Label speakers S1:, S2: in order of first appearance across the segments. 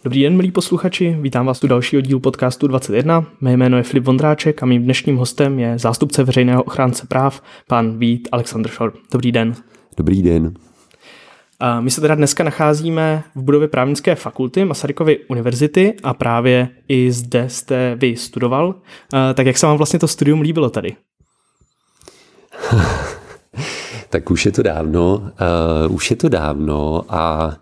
S1: Dobrý den, milí posluchači, vítám vás u dalšího dílu podcastu 21. Mé jméno je Filip Vondráček a mým dnešním hostem je zástupce veřejného ochránce práv, pan Vít Alexander Šor. Dobrý den.
S2: Dobrý den.
S1: My se teda dneska nacházíme v budově právnické fakulty Masarykovy univerzity a právě i zde jste vy studoval. Tak jak se vám vlastně to studium líbilo tady?
S2: Tak už je to dávno a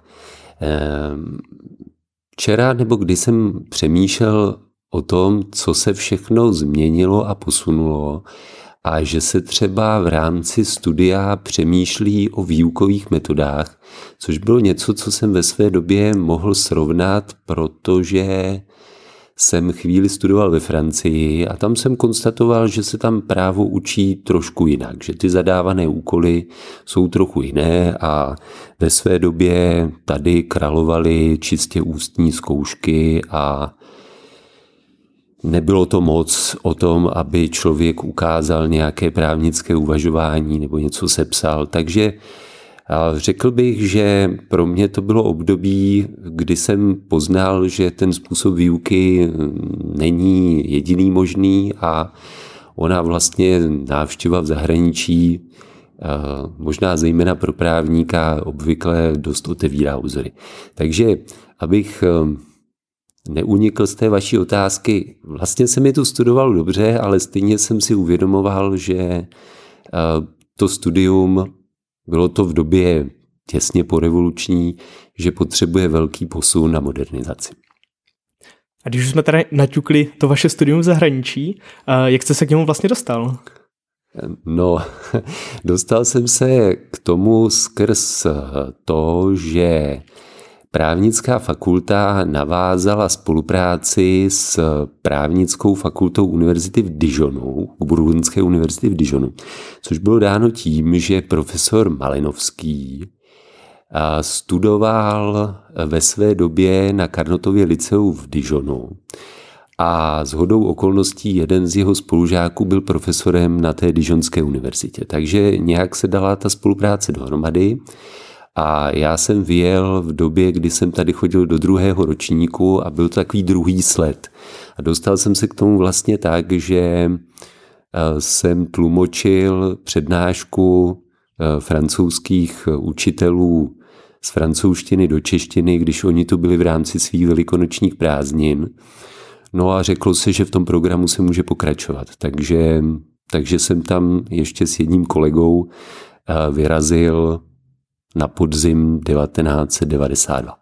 S2: včera nebo kdy jsem přemýšlel o tom, co se všechno změnilo a posunulo a že se třeba v rámci studia přemýšlí o výukových metodách, což bylo něco, co jsem ve své době mohl srovnat, protože jsem chvíli studoval ve Francii a tam jsem konstatoval, že se tam právo učí trošku jinak, že ty zadávané úkoly jsou trochu jiné a ve své době tady královaly čistě ústní zkoušky a nebylo to moc o tom, aby člověk ukázal nějaké právnické uvažování nebo něco sepsal. Takže řekl bych, že pro mě to bylo období, kdy jsem poznal, že ten způsob výuky není jediný možný a ona vlastně návštěva v zahraničí, možná zejména pro právníka, obvykle dost otevírá obzory. Takže abych neunikl z té vaší otázky, vlastně jsem je tu studoval dobře, ale stejně jsem si uvědomoval, že to studium bylo to v době těsně porevoluční, že potřebuje velký posun na modernizaci.
S1: A když už jsme tady naťukli to vaše studium v zahraničí, jak jste se k němu vlastně dostal?
S2: No, dostal jsem se k tomu skrz to, že právnická fakulta navázala spolupráci s právnickou fakultou univerzity v Dijonu, Burgundské univerzity v Dijonu, což bylo dáno tím, že profesor Malinovský studoval ve své době na Carnotově lyceu v Dijonu a shodou okolností jeden z jeho spolužáků byl profesorem na té Dijonské univerzitě. Takže nějak se dala ta spolupráce dohromady. A já jsem vyjel v době, kdy jsem tady chodil do druhého ročníku a byl to takový druhý sled. A dostal jsem se k tomu vlastně tak, že jsem tlumočil přednášku francouzských učitelů z francouzštiny do češtiny, když oni tu byli v rámci svých velikonočních prázdnin. No a řeklo se, že v tom programu se může pokračovat. Takže jsem tam ještě s jedním kolegou vyrazil na podzim 1992.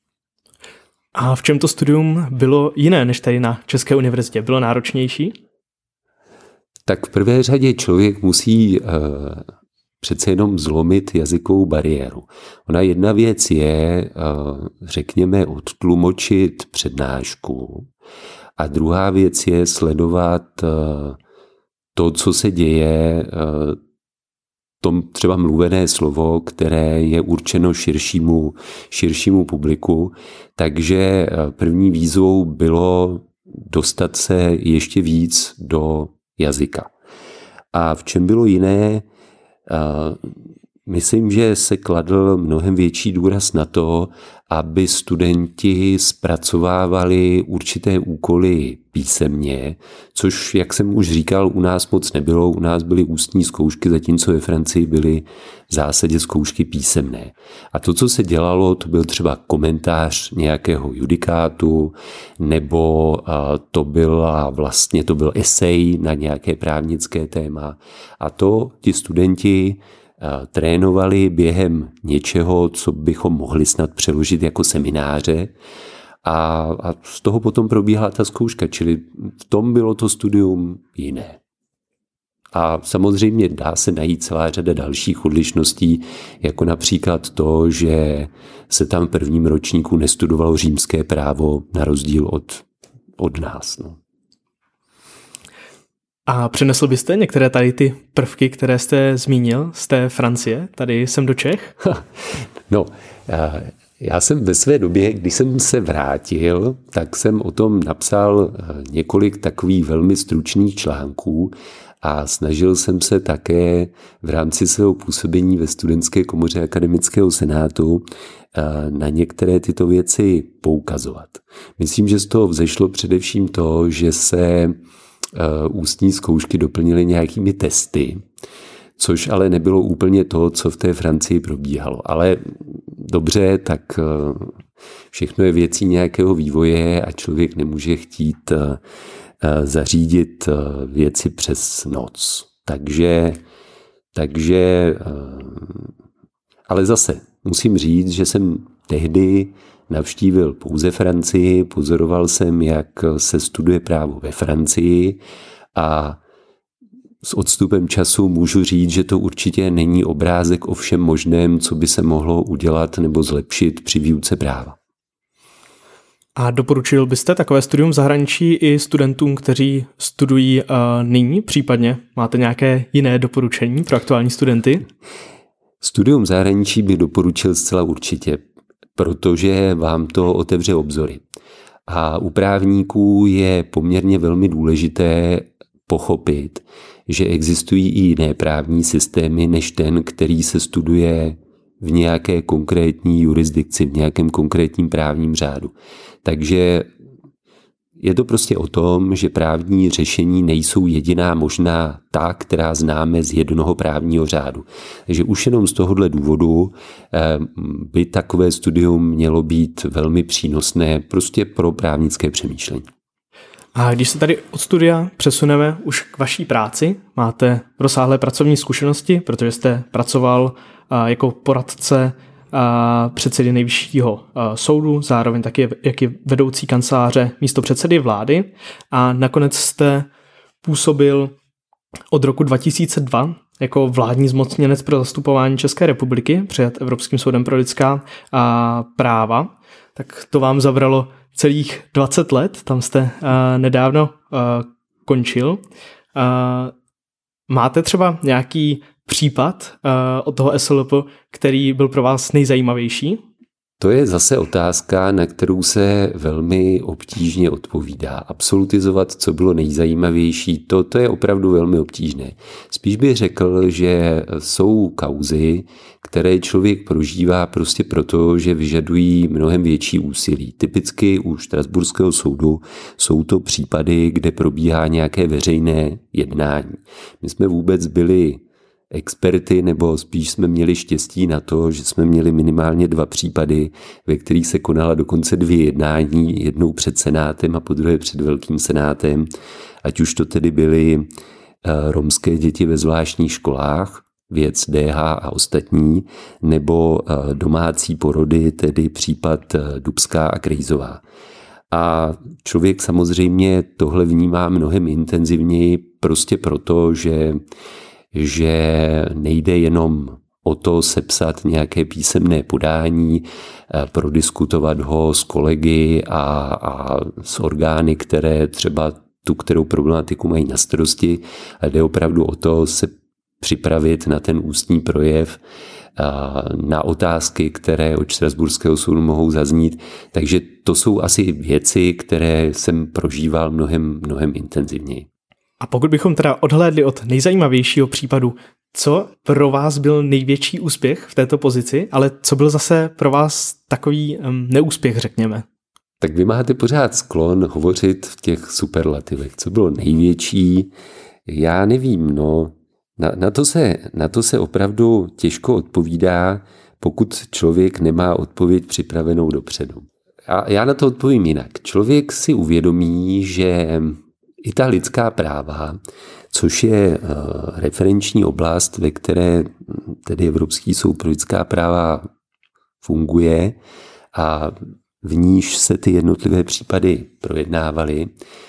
S1: A v čem to studium bylo jiné než tady na České univerzitě? Bylo náročnější?
S2: Tak v prvé řadě člověk musí přece jenom zlomit jazykovou bariéru. Ona jedna věc je, řekněme, odtlumočit přednášku a druhá věc je sledovat to, co se děje, tom třeba mluvené slovo, které je určeno širšímu publiku. Takže první výzvou bylo dostat se ještě víc do jazyka. A v čem bylo jiné? Myslím, že se kladl mnohem větší důraz na to, aby studenti zpracovávali určité úkoly písemně, což, jak jsem už říkal, u nás moc nebylo. U nás byly ústní zkoušky, zatímco ve Francii byly v zásadě zkoušky písemné. A to, co se dělalo, to byl třeba komentář nějakého judikátu, nebo to byl esej na nějaké právnické téma. A to ti studenti trénovali během něčeho, co bychom mohli snad přeložit jako semináře a z toho potom probíhala ta zkouška, čili v tom bylo to studium jiné. A samozřejmě dá se najít celá řada dalších odlišností, jako například to, že se tam v prvním ročníku nestudovalo římské právo na rozdíl od nás. No.
S1: A přenesl byste některé tady ty prvky, které jste zmínil z té Francie, tady sem do Čech?
S2: No, já jsem ve své době, když jsem se vrátil, tak jsem o tom napsal několik takových velmi stručných článků a snažil jsem se také v rámci svého působení ve studentské komoře akademického senátu na některé tyto věci poukazovat. Myslím, že z toho vzešlo především to, že se ústní zkoušky doplnily nějakými testy, což ale nebylo úplně to, co v té Francii probíhalo. Ale dobře, tak všechno je věcí nějakého vývoje a člověk nemůže chtít zařídit věci přes noc. Takže ale zase musím říct, že jsem tehdy navštívil pouze Francii, pozoroval jsem, jak se studuje právo ve Francii a s odstupem času můžu říct, že to určitě není obrázek o všem možném, co by se mohlo udělat nebo zlepšit při výuce práva.
S1: A doporučil byste takové studium v zahraničí i studentům, kteří studují nyní, případně máte nějaké jiné doporučení pro aktuální studenty?
S2: Studium v zahraničí bych doporučil zcela určitě, protože vám to otevře obzory. A u právníků je poměrně velmi důležité pochopit, že existují i jiné právní systémy než ten, který se studuje v nějaké konkrétní jurisdikci, v nějakém konkrétním právním řádu. Takže je to prostě o tom, že právní řešení nejsou jediná možná ta, která známe z jednoho právního řádu. Takže už jenom z tohohle důvodu by takové studium mělo být velmi přínosné prostě pro právnické přemýšlení.
S1: A když se tady od studia přesuneme už k vaší práci, máte rozsáhlé pracovní zkušenosti, protože jste pracoval jako poradce předsedy Nejvyššího soudu, zároveň taky jak je vedoucí kanceláře místopředsedy vlády a nakonec jste působil od roku 2002 jako vládní zmocněnec pro zastupování České republiky před Evropským soudem pro lidská práva. Tak to vám zabralo celých 20 let, tam jste nedávno končil. Máte třeba nějaký případ od toho SLP, který byl pro vás nejzajímavější?
S2: To je zase otázka, na kterou se velmi obtížně odpovídá. Absolutizovat, co bylo nejzajímavější, to je opravdu velmi obtížné. Spíš bych řekl, že jsou kauzy, které člověk prožívá prostě proto, že vyžadují mnohem větší úsilí. Typicky u Štrasburského soudu jsou to případy, kde probíhá nějaké veřejné jednání. My jsme vůbec byli experty, nebo spíš jsme měli štěstí na to, že jsme měli minimálně 2 případy, ve kterých se konala dokonce 2 jednání, jednou před senátem a podruhé před velkým senátem, ať už to tedy byly romské děti ve zvláštních školách, věc DH a ostatní, nebo domácí porody, tedy případ Dubská a Krejzová. A člověk samozřejmě tohle vnímá mnohem intenzivněji prostě proto, že nejde jenom o to sepsat nějaké písemné podání, prodiskutovat ho s kolegy a s orgány, které třeba tu kterou problematiku mají na starosti, ale jde opravdu o to se připravit na ten ústní projev, na otázky, které od Štrasburského soudu mohou zaznít. Takže to jsou asi věci, které jsem prožíval mnohem intenzivněji.
S1: A pokud bychom teda odhlédli od nejzajímavějšího případu, co pro vás byl největší úspěch v této pozici, ale co byl zase pro vás takový neúspěch, řekněme?
S2: Tak vy máte pořád sklon hovořit v těch superlativech. Co bylo největší? Já nevím, no. Na to se opravdu těžko odpovídá, pokud člověk nemá odpověď připravenou dopředu. A já na to odpovím jinak. Člověk si uvědomí, že i ta lidská práva, což je referenční oblast, ve které tedy Evropský soud pro lidská práva funguje a v níž se ty jednotlivé případy projednávaly,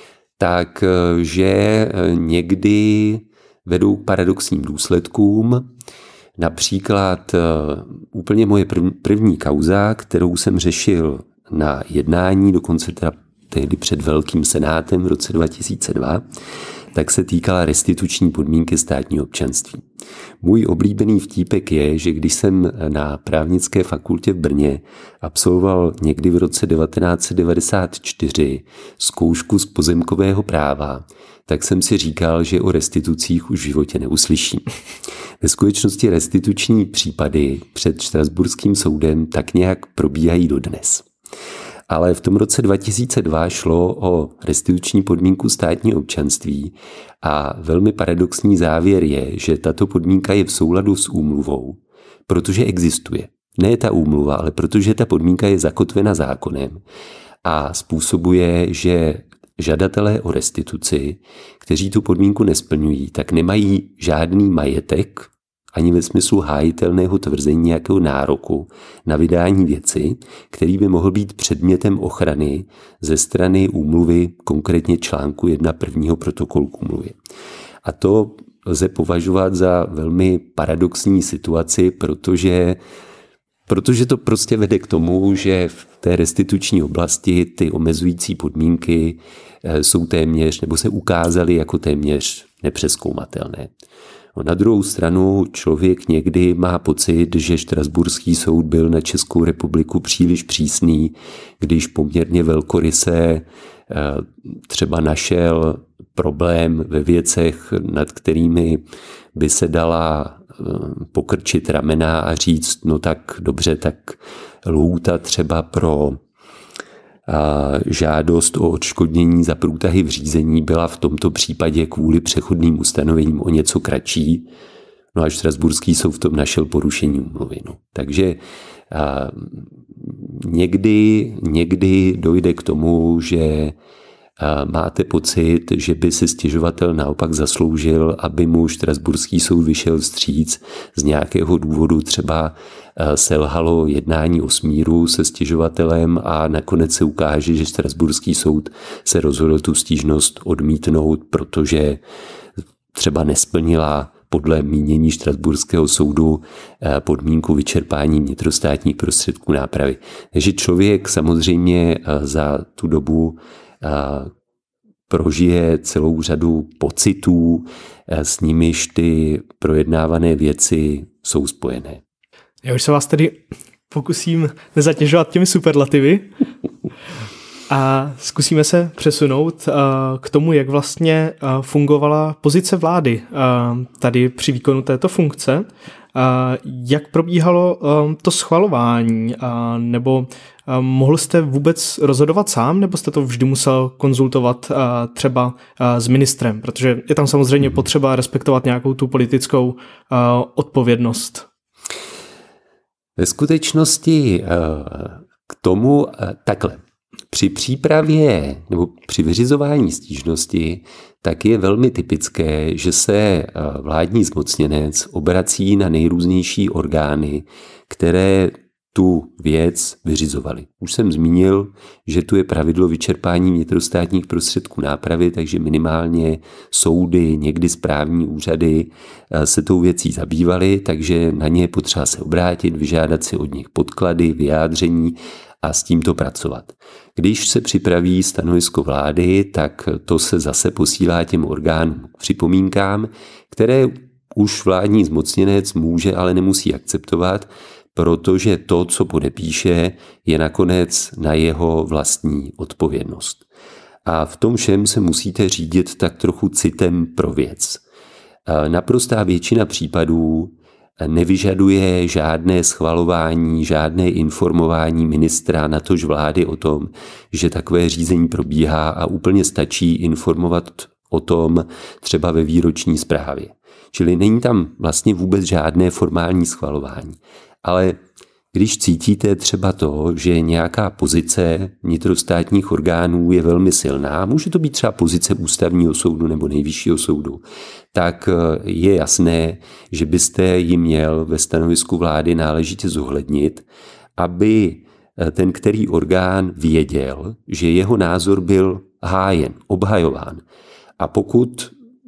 S2: takže někdy vedou k paradoxním důsledkům. Například úplně moje první kauza, kterou jsem řešil na jednání, dokonce teda tehdy před Velkým senátem v roce 2002, tak se týkala restituční podmínky státního občanství. Můj oblíbený vtípek je, že když jsem na právnické fakultě v Brně absolvoval někdy v roce 1994 zkoušku z pozemkového práva, tak jsem si říkal, že o restitucích už v životě neuslyším. Ve skutečnosti restituční případy před štrasburským soudem tak nějak probíhají dodnes. Ale v tom roce 2002 šlo o restituční podmínku státního občanství a velmi paradoxní závěr je, že tato podmínka je v souladu s úmluvou, protože existuje. Ne ta úmluva, ale protože ta podmínka je zakotvena zákonem a způsobuje, že žadatelé o restituci, kteří tu podmínku nesplňují, tak nemají žádný majetek, ani ve smyslu hájitelného tvrzení nějakého nároku na vydání věci, který by mohl být předmětem ochrany ze strany úmluvy, konkrétně článku 1 prvního protokolu k úmluvě. A to lze považovat za velmi paradoxní situaci, protože to prostě vede k tomu, že v té restituční oblasti ty omezující podmínky jsou téměř, nebo se ukázaly jako téměř nepřezkoumatelné. Na druhou stranu člověk někdy má pocit, že štrasburský soud byl na Českou republiku příliš přísný, když poměrně velkoryse třeba našel problém ve věcech, nad kterými by se dala pokrčit ramena a říct, no tak dobře, tak lhůta třeba pro žádost o odškodnění za průtahy v řízení byla v tomto případě kvůli přechodným ustanovením o něco kratší. No a štrasburský soud v tom našel porušení úmluvy. No. Takže někdy dojde k tomu, že máte pocit, že by si stěžovatel naopak zasloužil, aby mu štrasburský soud vyšel vstříc z nějakého důvodu, třeba selhalo jednání o smíru se stěžovatelem a nakonec se ukáže, že štrasburský soud se rozhodl tu stížnost odmítnout, protože třeba nesplnila podle mínění štrasburského soudu podmínku vyčerpání vnitrostátních prostředků nápravy. Takže člověk samozřejmě za tu dobu prožije celou řadu pocitů, s nimiž ty projednávané věci jsou spojené.
S1: Já už se vás tedy pokusím nezatěžovat těmi superlativy a zkusíme se přesunout k tomu, jak vlastně fungovala pozice vlády tady při výkonu této funkce. Jak probíhalo to schvalování, nebo mohl jste vůbec rozhodovat sám, nebo jste to vždy musel konzultovat třeba s ministrem, protože je tam samozřejmě potřeba respektovat nějakou tu politickou odpovědnost.
S2: Ve skutečnosti k tomu takhle. Při přípravě nebo při vyřizování stížnosti tak je velmi typické, že se vládní zmocněnec obrací na nejrůznější orgány, které tu věc vyřizovaly. Už jsem zmínil, že tu je pravidlo vyčerpání vnitrostátních prostředků nápravy, takže minimálně soudy, někdy správní úřady se tou věcí zabývaly, takže na ně je potřeba se obrátit, vyžádat si od nich podklady, vyjádření a s tímto pracovat. Když se připraví stanovisko vlády, tak to se zase posílá těm orgánům k připomínkám, které už vládní zmocněnec může, ale nemusí akceptovat, protože to, co podepíše, je nakonec na jeho vlastní odpovědnost. A v tom všem se musíte řídit tak trochu citem pro věc. Naprostá většina případů nevyžaduje žádné schvalování, žádné informování ministra, natož vlády o tom, že takové řízení probíhá a úplně stačí informovat o tom třeba ve výroční zprávě. Čili není tam vlastně vůbec žádné formální schvalování. Ale když cítíte třeba to, že nějaká pozice vnitrostátních orgánů je velmi silná, může to být třeba pozice ústavního soudu nebo nejvyššího soudu, tak je jasné, že byste ji měl ve stanovisku vlády náležitě zohlednit, aby ten který orgán věděl, že jeho názor byl hájen, obhajován. A pokud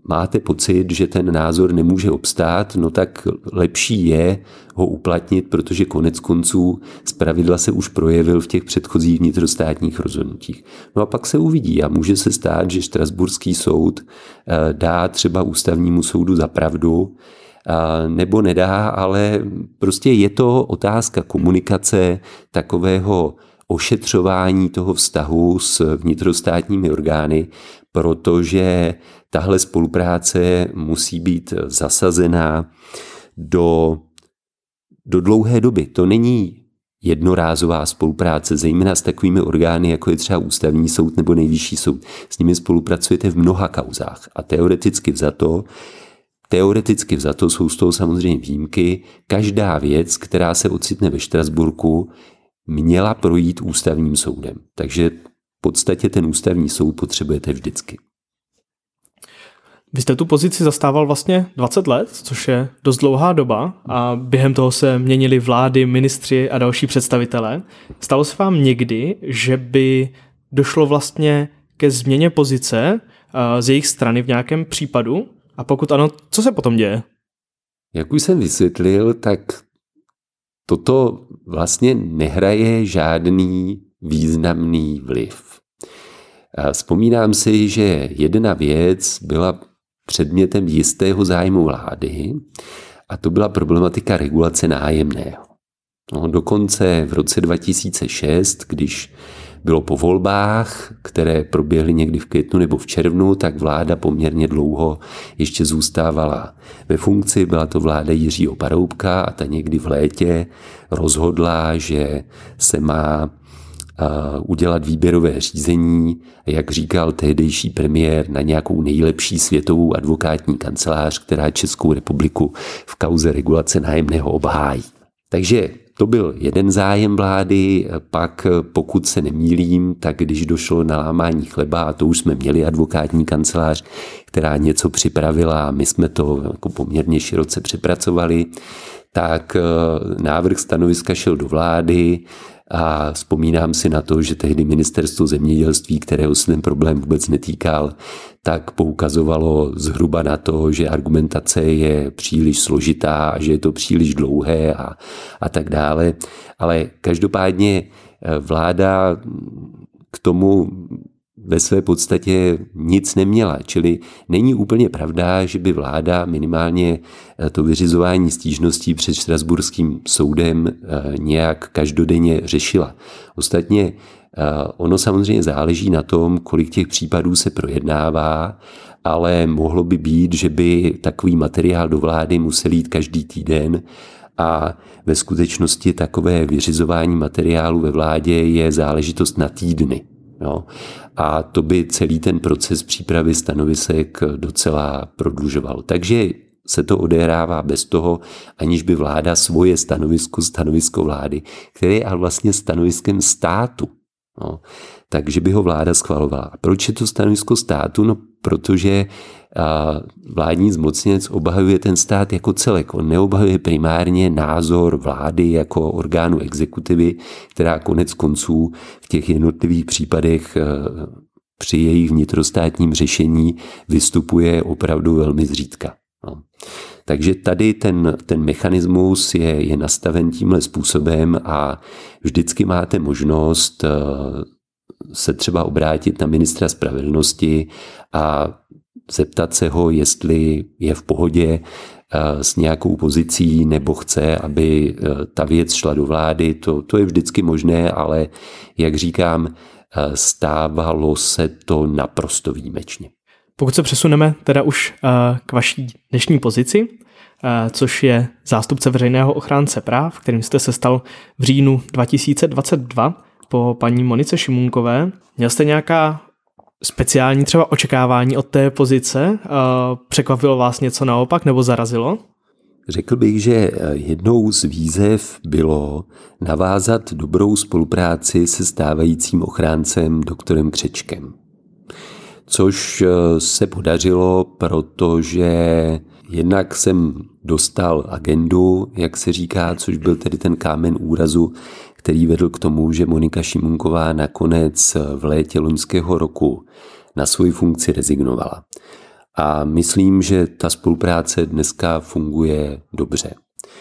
S2: máte pocit, že ten názor nemůže obstát, no tak lepší je ho uplatnit, protože konec konců zpravidla se už projevil v těch předchozích vnitrostátních rozhodnutích. No a pak se uvidí a může se stát, že štrasburský soud dá třeba ústavnímu soudu za pravdu, nebo nedá, ale prostě je to otázka komunikace, takového ošetřování toho vztahu s vnitrostátními orgány, protože tahle spolupráce musí být zasazená do dlouhé doby. To není jednorázová spolupráce, zejména s takovými orgány, jako je třeba Ústavní soud nebo Nejvyšší soud. S nimi spolupracujete v mnoha kauzách a teoreticky vzato jsou z toho samozřejmě výjimky. Každá věc, která se ocitne ve Štrasburku, měla projít ústavním soudem. Takže v podstatě ten ústavní soud potřebujete vždycky.
S1: Vy jste tu pozici zastával vlastně 20 let, což je dost dlouhá doba a během toho se měnily vlády, ministři a další představitelé. Stalo se vám někdy, že by došlo vlastně ke změně pozice z jejich strany v nějakém případu? A pokud ano, co se potom děje? Jak
S2: už jsem vysvětlil, tak toto vlastně nehraje žádný významný vliv. Vzpomínám si, že jedna věc byla předmětem jistého zájmu vlády a to byla problematika regulace nájemného. No, dokonce v roce 2006, když bylo po volbách, které proběhly někdy v květnu nebo v červnu, tak vláda poměrně dlouho ještě zůstávala ve funkci. Byla to vláda Jiřího Paroubka a ta někdy v létě rozhodla, že se má udělat výběrové řízení, jak říkal tehdejší premiér, na nějakou nejlepší světovou advokátní kancelář, která Českou republiku v kauze regulace nájemného obhájí. Takže to byl jeden zájem vlády, pak pokud se nemýlím, tak když došlo na lámání chleba, a to už jsme měli advokátní kancelář, která něco připravila a my jsme to jako poměrně široce přepracovali, tak návrh stanoviska šel do vlády a vzpomínám si na to, že tehdy ministerstvo zemědělství, kterého se ten problém vůbec netýkal, tak poukazovalo zhruba na to, že argumentace je příliš složitá a že je to příliš dlouhé a tak dále. Ale každopádně vláda k tomu ve své podstatě nic neměla. Čili není úplně pravda, že by vláda minimálně to vyřizování stížností před štrasburským soudem nějak každodenně řešila. Ostatně ono samozřejmě záleží na tom, kolik těch případů se projednává, ale mohlo by být, že by takový materiál do vlády musel jít každý týden a ve skutečnosti takové vyřizování materiálu ve vládě je záležitost na týdny. No. A to by celý ten proces přípravy stanovisek docela prodlužoval. Takže se to odehrává bez toho, aniž by vláda svoje stanovisko vlády, které je ale vlastně stanoviskem státu. No. Takže by ho vláda schvalovala. A proč je to stanovisko státu? No, protože vládní zmocněnec obhajuje ten stát jako celek. On neobhajuje primárně názor vlády jako orgánu exekutivy, která konec konců v těch jednotlivých případech při jejich vnitrostátním řešení vystupuje opravdu velmi zřídka. No. Takže tady ten mechanismus je nastaven tímhle způsobem a vždycky máte možnost se třeba obrátit na ministra spravedlnosti a zeptat se ho, jestli je v pohodě s nějakou pozicí nebo chce, aby ta věc šla do vlády. To je vždycky možné, ale jak říkám, stávalo se to naprosto výjimečně.
S1: Pokud se přesuneme teda už k vaší dnešní pozici, což je zástupce veřejného ochránce práv, kterým jste se stal v říjnu 2022 po paní Monice Šimunkové. Měl jste nějaká speciální třeba očekávání od té pozice? Překvapilo vás něco naopak nebo zarazilo?
S2: Řekl bych, že jednou z výzev bylo navázat dobrou spolupráci se stávajícím ochráncem doktorem Křečkem. Což se podařilo, protože jednak jsem dostal agendu, jak se říká, což byl tedy ten kámen úrazu, který vedl k tomu, že Monika Šimunková nakonec v létě loňského roku na svoji funkci rezignovala. A myslím, že ta spolupráce dneska funguje dobře.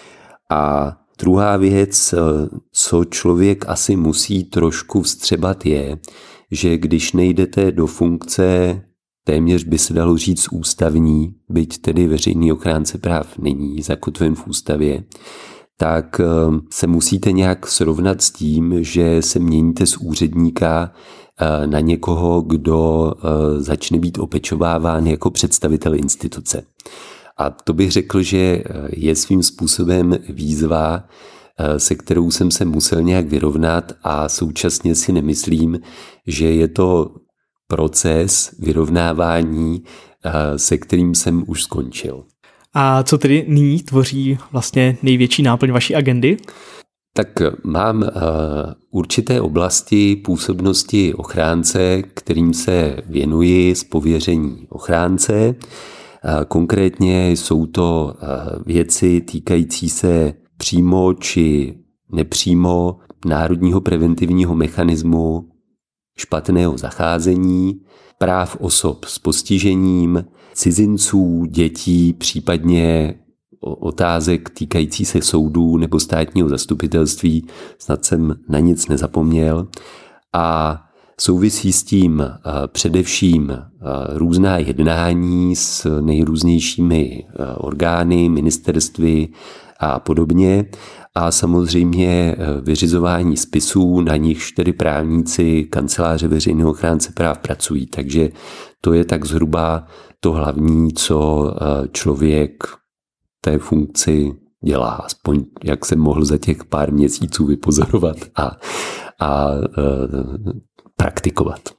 S2: A druhá věc, co člověk asi musí trošku vstřebat, je, že když nejdete do funkce, téměř by se dalo říct ústavní, byť tedy veřejný ochránce práv není zakotven v ústavě, tak se musíte nějak srovnat s tím, že se měníte z úředníka na někoho, kdo začne být opečováván jako představitel instituce. A to bych řekl, že je svým způsobem výzva, se kterou jsem se musel nějak vyrovnat, a současně si nemyslím, že je to proces vyrovnávání, se kterým jsem už skončil.
S1: A co tedy nyní tvoří vlastně největší náplň vaší agendy?
S2: Tak mám určité oblasti působnosti ochránce, kterým se věnuji z pověření ochránce. Konkrétně jsou to věci týkající se přímo či nepřímo národního preventivního mechanismu špatného zacházení, práv osob s postižením, cizinců, dětí, případně otázek týkající se soudů nebo státního zastupitelství, snad jsem na nic nezapomněl. A souvisí s tím především různá jednání s nejrůznějšími orgány, ministerstvy a podobně. A samozřejmě vyřizování spisů, na nichž tedy právníci kanceláře veřejného ochránce práv pracují. Takže to je tak zhruba to hlavní, co člověk té funkci dělá, aspoň jak jsem mohl za těch pár měsíců vypozorovat a praktikovat.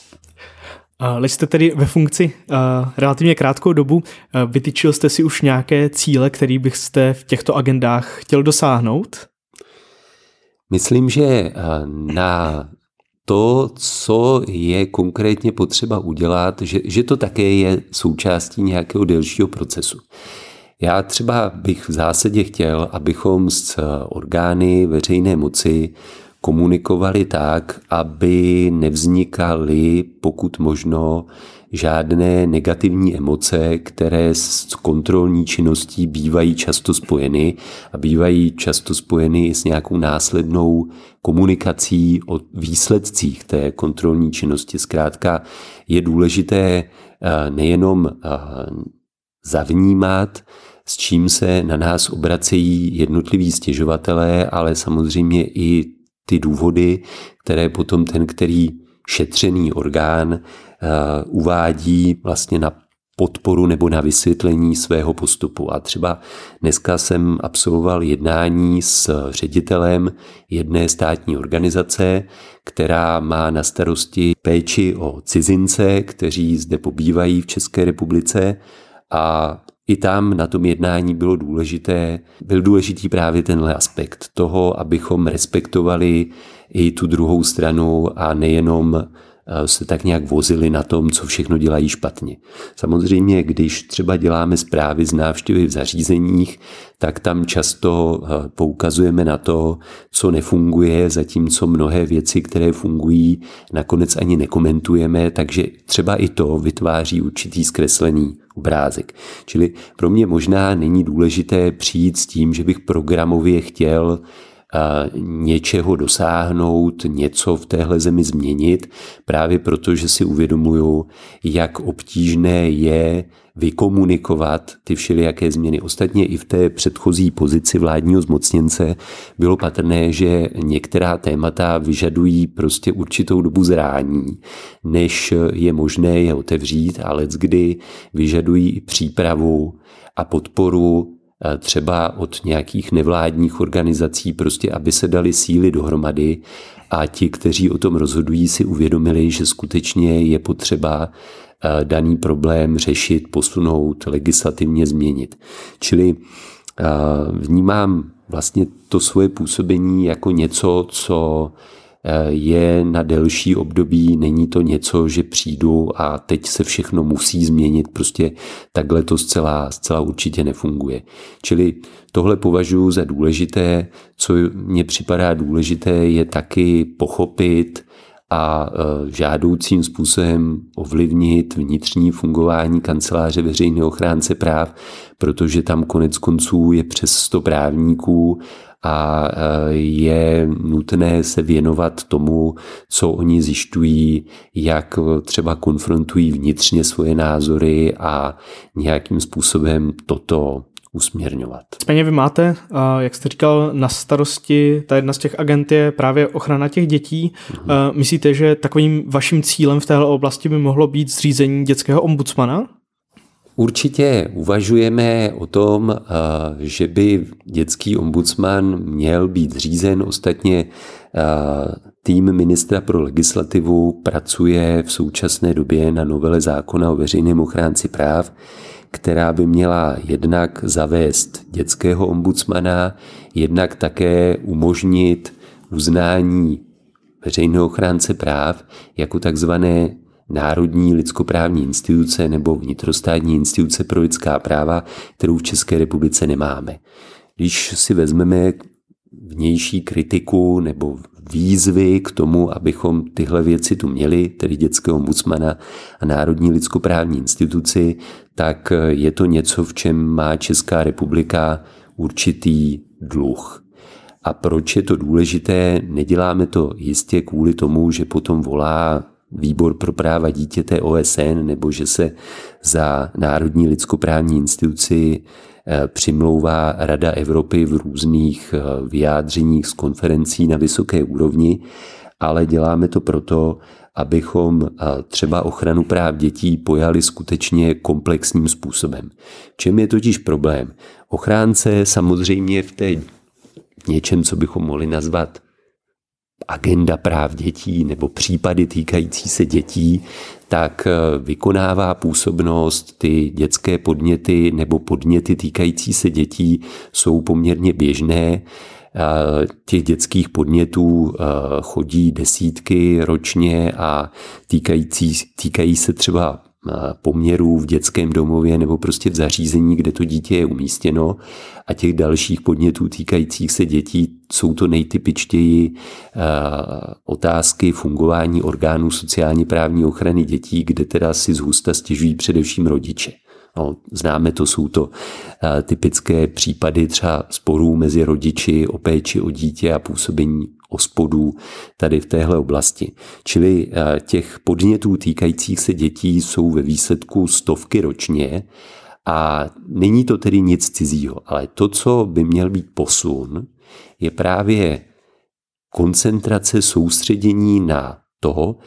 S1: Leč jste tedy ve funkci relativně krátkou dobu. Vytyčil jste si už nějaké cíle, které byste v těchto agendách chtěl dosáhnout?
S2: Myslím, že na to, co je konkrétně potřeba udělat, že to také je součástí nějakého delšího procesu. Já třeba bych v zásadě chtěl, abychom s orgány veřejné moci komunikovali tak, aby nevznikaly pokud možno žádné negativní emoce, které s kontrolní činností bývají často spojeny a bývají často spojeny s nějakou následnou komunikací o výsledcích té kontrolní činnosti. Zkrátka je důležité nejenom zavnímat, s čím se na nás obracejí jednotliví stěžovatelé, ale samozřejmě i ty důvody, které potom ten, který šetřený orgán uvádí vlastně na podporu nebo na vysvětlení svého postupu. A třeba dneska jsem absolvoval jednání s ředitelem jedné státní organizace, která má na starosti péči o cizince, kteří zde pobývají v České republice, a i tam na tom jednání byl důležitý právě tenhle aspekt toho, abychom respektovali i tu druhou stranu a nejenom se tak nějak vozili na tom, co všechno dělají špatně. Samozřejmě, když třeba děláme zprávy z návštěvy v zařízeních, tak tam často poukazujeme na to, co nefunguje, zatímco mnohé věci, které fungují, nakonec ani nekomentujeme, takže třeba i to vytváří určitý zkreslený obrázek. Čili pro mě možná není důležité přijít s tím, že bych programově chtěl něčeho dosáhnout, něco v téhle zemi změnit, právě proto, že si uvědomuju, jak obtížné je vykomunikovat ty všelijaké změny. Ostatně i v té předchozí pozici vládního zmocněnce bylo patrné, že některá témata vyžadují prostě určitou dobu zrání, než je možné je otevřít, a leckdy vyžadují i přípravu a podporu třeba od nějakých nevládních organizací, prostě aby se dali síly dohromady a ti, kteří o tom rozhodují, si uvědomili, že skutečně je potřeba daný problém řešit, posunout, legislativně změnit. Čili vnímám vlastně to svoje působení jako něco, co je na delší období, není to něco, že přijdu a teď se všechno musí změnit, prostě takhle to zcela určitě nefunguje. Čili tohle považuji za důležité. Co mně připadá důležité, je taky pochopit a žádoucím způsobem ovlivnit vnitřní fungování kanceláře veřejného ochránce práv, protože tam konec konců je přes 100 právníků a je nutné se věnovat tomu, co oni zjišťují, jak třeba konfrontují vnitřně svoje názory a nějakým způsobem toto usměrňovat.
S1: Nicméně vy máte, jak jste říkal, na starosti, ta jedna z těch agent je právě ochrana těch dětí. Myslíte, že takovým vaším cílem v téhle oblasti by mohlo být zřízení dětského ombudsmana?
S2: Určitě uvažujeme o tom, že by dětský ombudsman měl být zřízen. Ostatně tým ministra pro legislativu pracuje v současné době na novele zákona o veřejném ochránci práv, která by měla jednak zavést dětského ombudsmana, jednak také umožnit uznání veřejného ochránce práv jako takzvané národní lidskoprávní instituce nebo vnitrostátní instituce pro lidská práva, kterou v České republice nemáme. Když si vezmeme vnější kritiku nebo výzvy k tomu, abychom tyhle věci tu měli, tedy dětského ombudsmana a národní lidskoprávní instituci, tak je to něco, v čem má Česká republika určitý dluh. A proč je to důležité? Neděláme to jistě kvůli tomu, že potom volá Výbor pro práva dítěte OSN nebo že se za národní lidskoprávní instituci přimlouvá Rada Evropy v různých vyjádřeních z konferencí na vysoké úrovni, ale děláme to proto, abychom třeba ochranu práv dětí pojali skutečně komplexním způsobem. V čem je totiž problém? Ochránce samozřejmě v něčem, co bychom mohli nazvat agenda práv dětí nebo případy týkající se dětí, tak vykonává působnost, ty dětské podněty nebo podněty týkající se dětí jsou poměrně běžné. Těch dětských podnětů chodí desítky ročně a týkají se třeba poměrů v dětském domově nebo prostě v zařízení, kde to dítě je umístěno, a těch dalších podnětů týkajících se dětí jsou to nejtypičtěji otázky fungování orgánů sociálně právní ochrany dětí, kde teda si zhusta stěžují především rodiče. No, známe to, jsou to typické případy třeba sporů mezi rodiči o péči o dítě a působení OSPODů tady v téhle oblasti. Čili těch podnětů týkajících se dětí jsou ve výsledku stovky ročně a není to tedy nic cizího, ale to, co by měl být posun, je právě koncentrace, soustředění na to,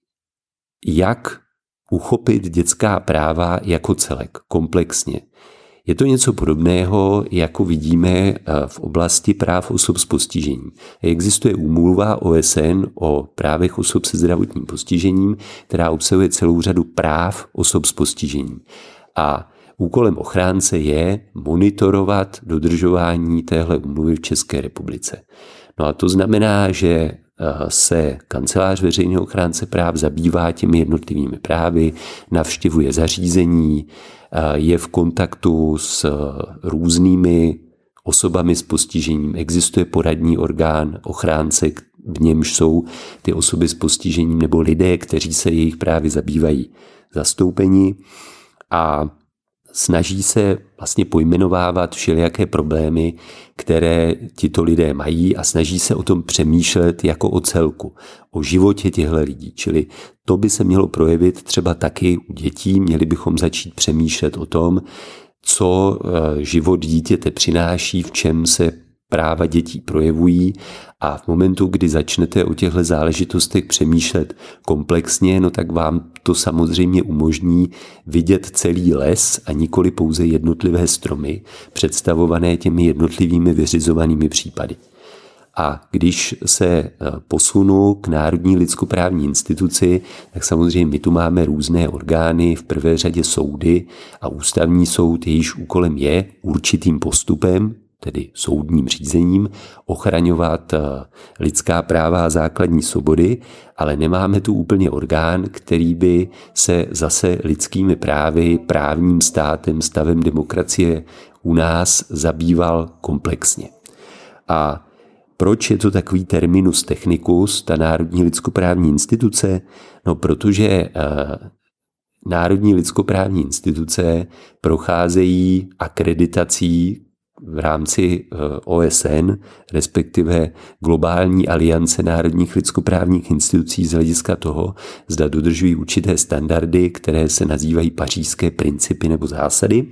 S2: jak uchopit dětská práva jako celek, komplexně. Je to něco podobného, jako vidíme v oblasti práv osob s postižením. Existuje úmluva OSN o právech osob se zdravotním postižením, která obsahuje celou řadu práv osob s postižením. A úkolem ochránce je monitorovat dodržování téhle úmluvy v České republice. No a to znamená, že se kancelář veřejného ochránce práv zabývá těmi jednotlivými právy, navštěvuje zařízení, je v kontaktu s různými osobami s postižením. Existuje poradní orgán ochránce, v němž jsou ty osoby s postižením nebo lidé, kteří se jejich právy zabývají, zastoupeni a snaží se vlastně pojmenovávat všelijaké problémy, které tito lidé mají a snaží se o tom přemýšlet jako o celku, o životě těchto lidí. Čili to by se mělo projevit třeba taky u dětí, měli bychom začít přemýšlet o tom, co život dítěte přináší, v čem se práva dětí projevují, a v momentu, kdy začnete o těchto záležitostech přemýšlet komplexně, no tak vám to samozřejmě umožní vidět celý les a nikoli pouze jednotlivé stromy, představované těmi jednotlivými vyřizovanými případy. A když se posunu k Národní lidskoprávní instituci, tak samozřejmě my tu máme různé orgány, v prvé řadě soudy a ústavní soud, jejíž úkolem je určitým postupem, tedy soudním řízením, ochraňovat lidská práva a základní svobody, ale nemáme tu úplně orgán, který by se zase lidskými právy, právním státem, stavem demokracie u nás zabýval komplexně. A Proč je to takový terminus technicus, ta Národní lidskoprávní instituce? No, protože Národní lidskoprávní instituce procházejí akreditací v rámci OSN, respektive globální aliance národních lidskoprávních institucí z hlediska toho, zda dodržují určité standardy, které se nazývají pařížské principy nebo zásady.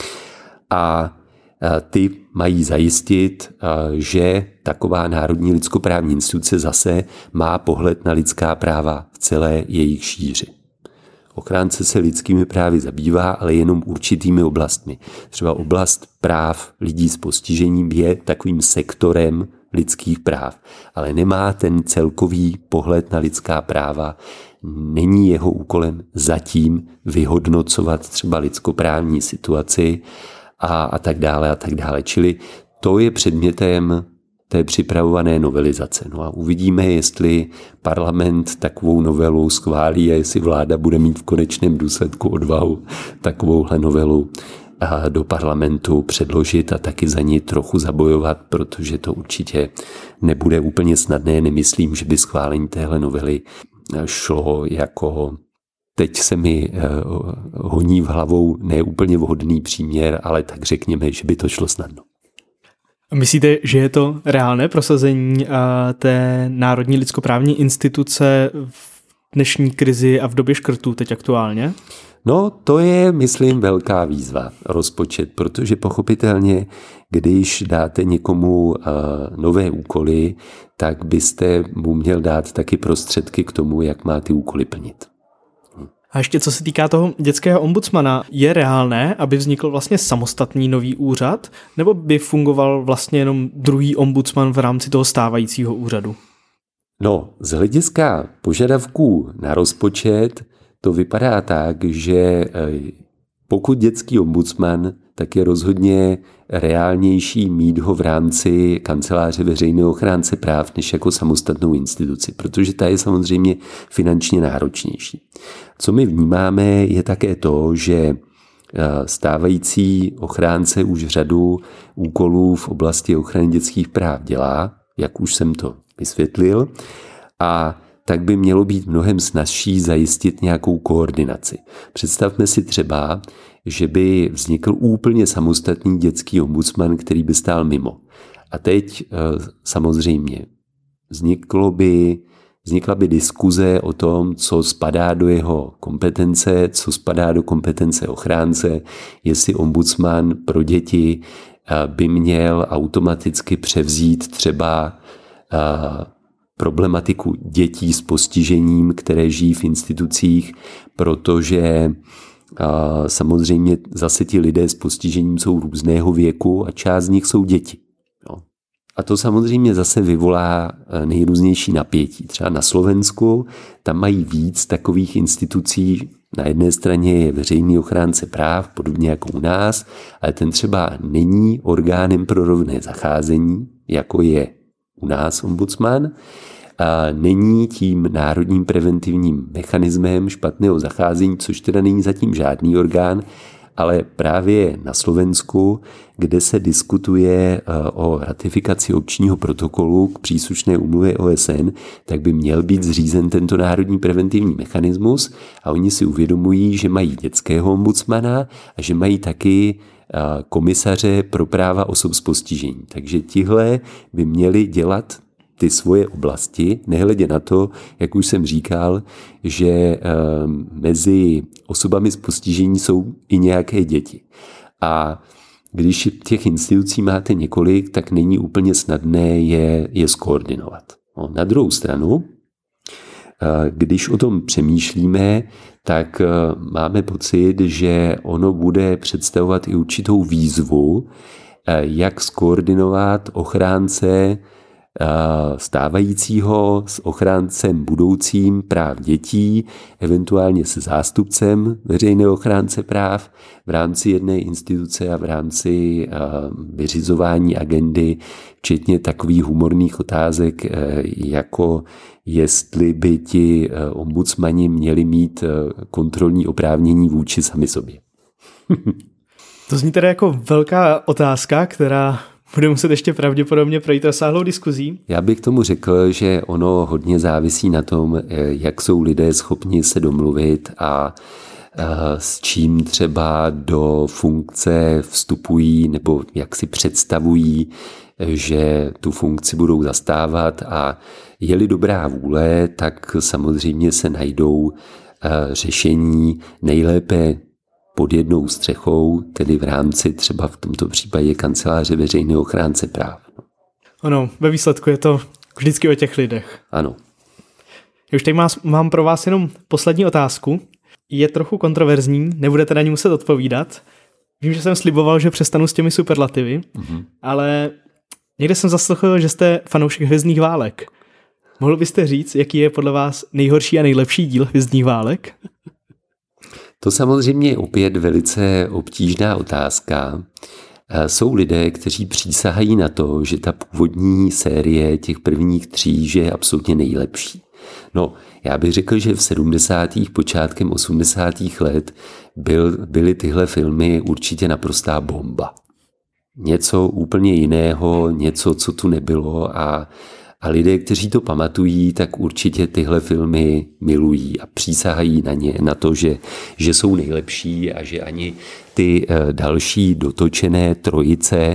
S2: A ty mají zajistit, že taková národní lidskoprávní instituce zase má pohled na lidská práva v celé jejich šíři. Ochránce se lidskými právy zabývá, ale jenom určitými oblastmi. Třeba oblast práv lidí s postižením je takovým sektorem lidských práv, ale nemá ten celkový pohled na lidská práva. Není jeho úkolem zatím vyhodnocovat třeba lidskoprávní situaci a tak dále a tak dále. Čili to je předmětem té připravované novelizace. No a uvidíme, jestli parlament takovou novelu schválí a jestli vláda bude mít v konečném důsledku odvahu takovouhle novelu do parlamentu předložit a taky za ní trochu zabojovat, protože to určitě nebude úplně snadné. Nemyslím, že by schválení téhle novely šlo jako... Teď se mi honí v hlavou neúplně vhodný příměr, ale tak řekněme, že by to šlo snadno.
S1: Myslíte, že je to reálné prosazení té Národní lidskoprávní instituce v dnešní krizi a v době škrtů teď aktuálně?
S2: No, to je, myslím, velká výzva, rozpočet, protože pochopitelně, když dáte někomu nové úkoly, tak byste mu měl dát taky prostředky k tomu, jak má ty úkoly plnit.
S1: A ještě co se týká toho dětského ombudsmana, je reálné, aby vznikl vlastně samostatný nový úřad, nebo by fungoval vlastně jenom druhý ombudsman v rámci toho stávajícího úřadu?
S2: No, z hlediska požadavků na rozpočet to vypadá tak, že pokud dětský ombudsman, tak je rozhodně reálnější mít ho v rámci kanceláře veřejného ochránce práv než jako samostatnou instituci, protože ta je samozřejmě finančně náročnější. Co my vnímáme, je také to, že stávající ochránce už řadu úkolů v oblasti ochrany dětských práv dělá, jak už jsem to vysvětlil, a tak by mělo být mnohem snazší zajistit nějakou koordinaci. Představme si třeba, že by vznikl úplně samostatný dětský ombudsman, který by stál mimo. A teď samozřejmě vznikla by diskuze o tom, co spadá do jeho kompetence, co spadá do kompetence ochránce, jestli ombudsman pro děti by měl automaticky převzít třeba problematiku dětí s postižením, které žijí v institucích, protože samozřejmě zase ti lidé s postižením jsou různého věku a část z nich jsou děti. No. A to samozřejmě zase vyvolá nejrůznější napětí. Třeba na Slovensku tam mají víc takových institucí. Na jedné straně je veřejný ochránce práv, podobně jako u nás, ale ten třeba není orgánem pro rovné zacházení, jako je u nás ombudsman, a není tím národním preventivním mechanismem špatného zacházení, což teda není zatím žádný orgán, ale právě na Slovensku, kde se diskutuje o ratifikaci opčního protokolu k příslušné úmluvě OSN, tak by měl být zřízen tento národní preventivní mechanismus a oni si uvědomují, že mají dětského ombudsmana a že mají taky komisaře pro práva osob s postižením. Takže tihle by měli dělat ty svoje oblasti, nehledě na to, jak už jsem říkal, že mezi osobami s postižením jsou i nějaké děti. A když těch institucí máte několik, tak není úplně snadné je skoordinovat. No, na druhou stranu, když o tom přemýšlíme, tak máme pocit, že ono bude představovat i určitou výzvu, jak skoordinovat ochránce stávajícího s ochráncem budoucím práv dětí, eventuálně se zástupcem veřejného ochránce práv v rámci jedné instituce a v rámci vyřizování agendy, včetně takových humorných otázek, jako jestli by ti ombudsmani měli mít kontrolní oprávnění vůči sami sobě.
S1: To zní tedy jako velká otázka, která bude muset ještě pravděpodobně projít rozsáhlou diskuzí.
S2: Já bych tomu řekl, že ono hodně závisí na tom, jak jsou lidé schopni se domluvit a s čím třeba do funkce vstupují nebo jak si představují, že tu funkci budou zastávat, a je-li dobrá vůle, tak samozřejmě se najdou řešení nejlépe pod jednou střechou, tedy v rámci třeba v tomto případě kanceláře veřejného ochránce práv.
S1: Ano, ve výsledku je to vždycky o těch lidech.
S2: Ano.
S1: Já už tady mám pro vás jenom poslední otázku. Je trochu kontroverzní, nebudete na ní muset odpovídat. Vím, že jsem sliboval, že přestanu s těmi superlativy, ale někde jsem zaslechl, že jste fanoušek Hvězdných válek. Mohl byste říct, jaký je podle vás nejhorší a nejlepší díl Hvězdných válek?
S2: To samozřejmě je opět velice obtížná otázka. Jsou lidé, kteří přísahají na to, že ta původní série těch prvních 3 že je absolutně nejlepší. No, já bych řekl, že v 70. počátkem 80. let byly tyhle filmy určitě naprostá bomba. Něco úplně jiného, něco, co tu nebylo, a lidé, kteří to pamatují, tak určitě tyhle filmy milují a přísahají na ně, na to, že jsou nejlepší a že ani ty další dotočené trojice,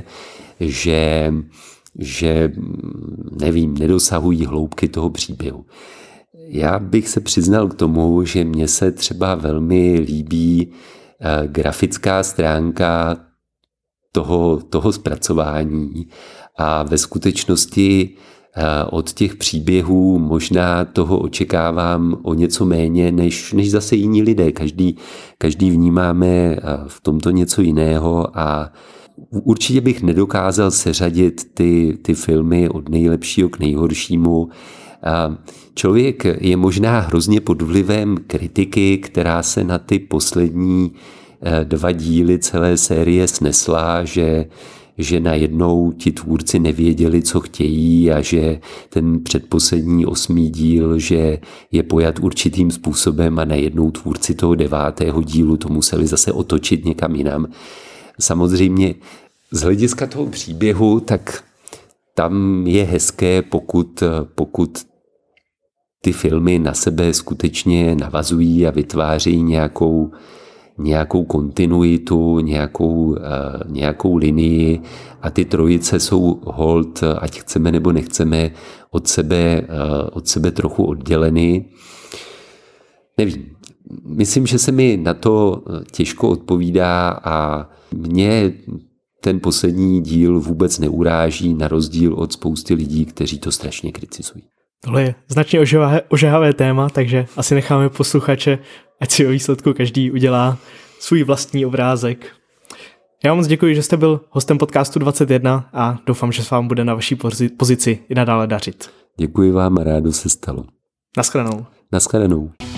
S2: že nevím, nedosahují hloubky toho příběhu. Já bych se přiznal k tomu, že mně se třeba velmi líbí grafická stránka toho zpracování, a ve skutečnosti od těch příběhů možná toho očekávám o něco méně, než zase jiní lidé. Každý vnímáme v tomto něco jiného, a určitě bych nedokázal seřadit ty filmy od nejlepšího k nejhoršímu. Člověk je možná hrozně pod vlivem kritiky, která se na ty poslední 2 díly celé série snesla, že najednou ti tvůrci nevěděli, co chtějí, a že ten předposlední 8. díl, že je pojat určitým způsobem, a najednou tvůrci toho 9. dílu to museli zase otočit někam jinam. Samozřejmě z hlediska toho příběhu, tak tam je hezké, pokud ty filmy na sebe skutečně navazují a vytvářejí nějakou kontinuitu, nějakou linii, a ty trojice jsou hold, ať chceme nebo nechceme, od sebe trochu odděleny. Nevím, myslím, že se mi na to těžko odpovídá, a mě ten poslední díl vůbec neuráží, na rozdíl od spousty lidí, kteří to strašně kritizují.
S1: Tohle je značně ožehavé téma, takže asi necháme posluchače, ať si o výsledku každý udělá svůj vlastní obrázek. Já vám moc děkuji, že jste byl hostem podcastu 21 a doufám, že se vám bude na vaší pozici i nadále dařit.
S2: Děkuji vám a rádo se stalo.
S1: Naschledanou.
S2: Naschledanou.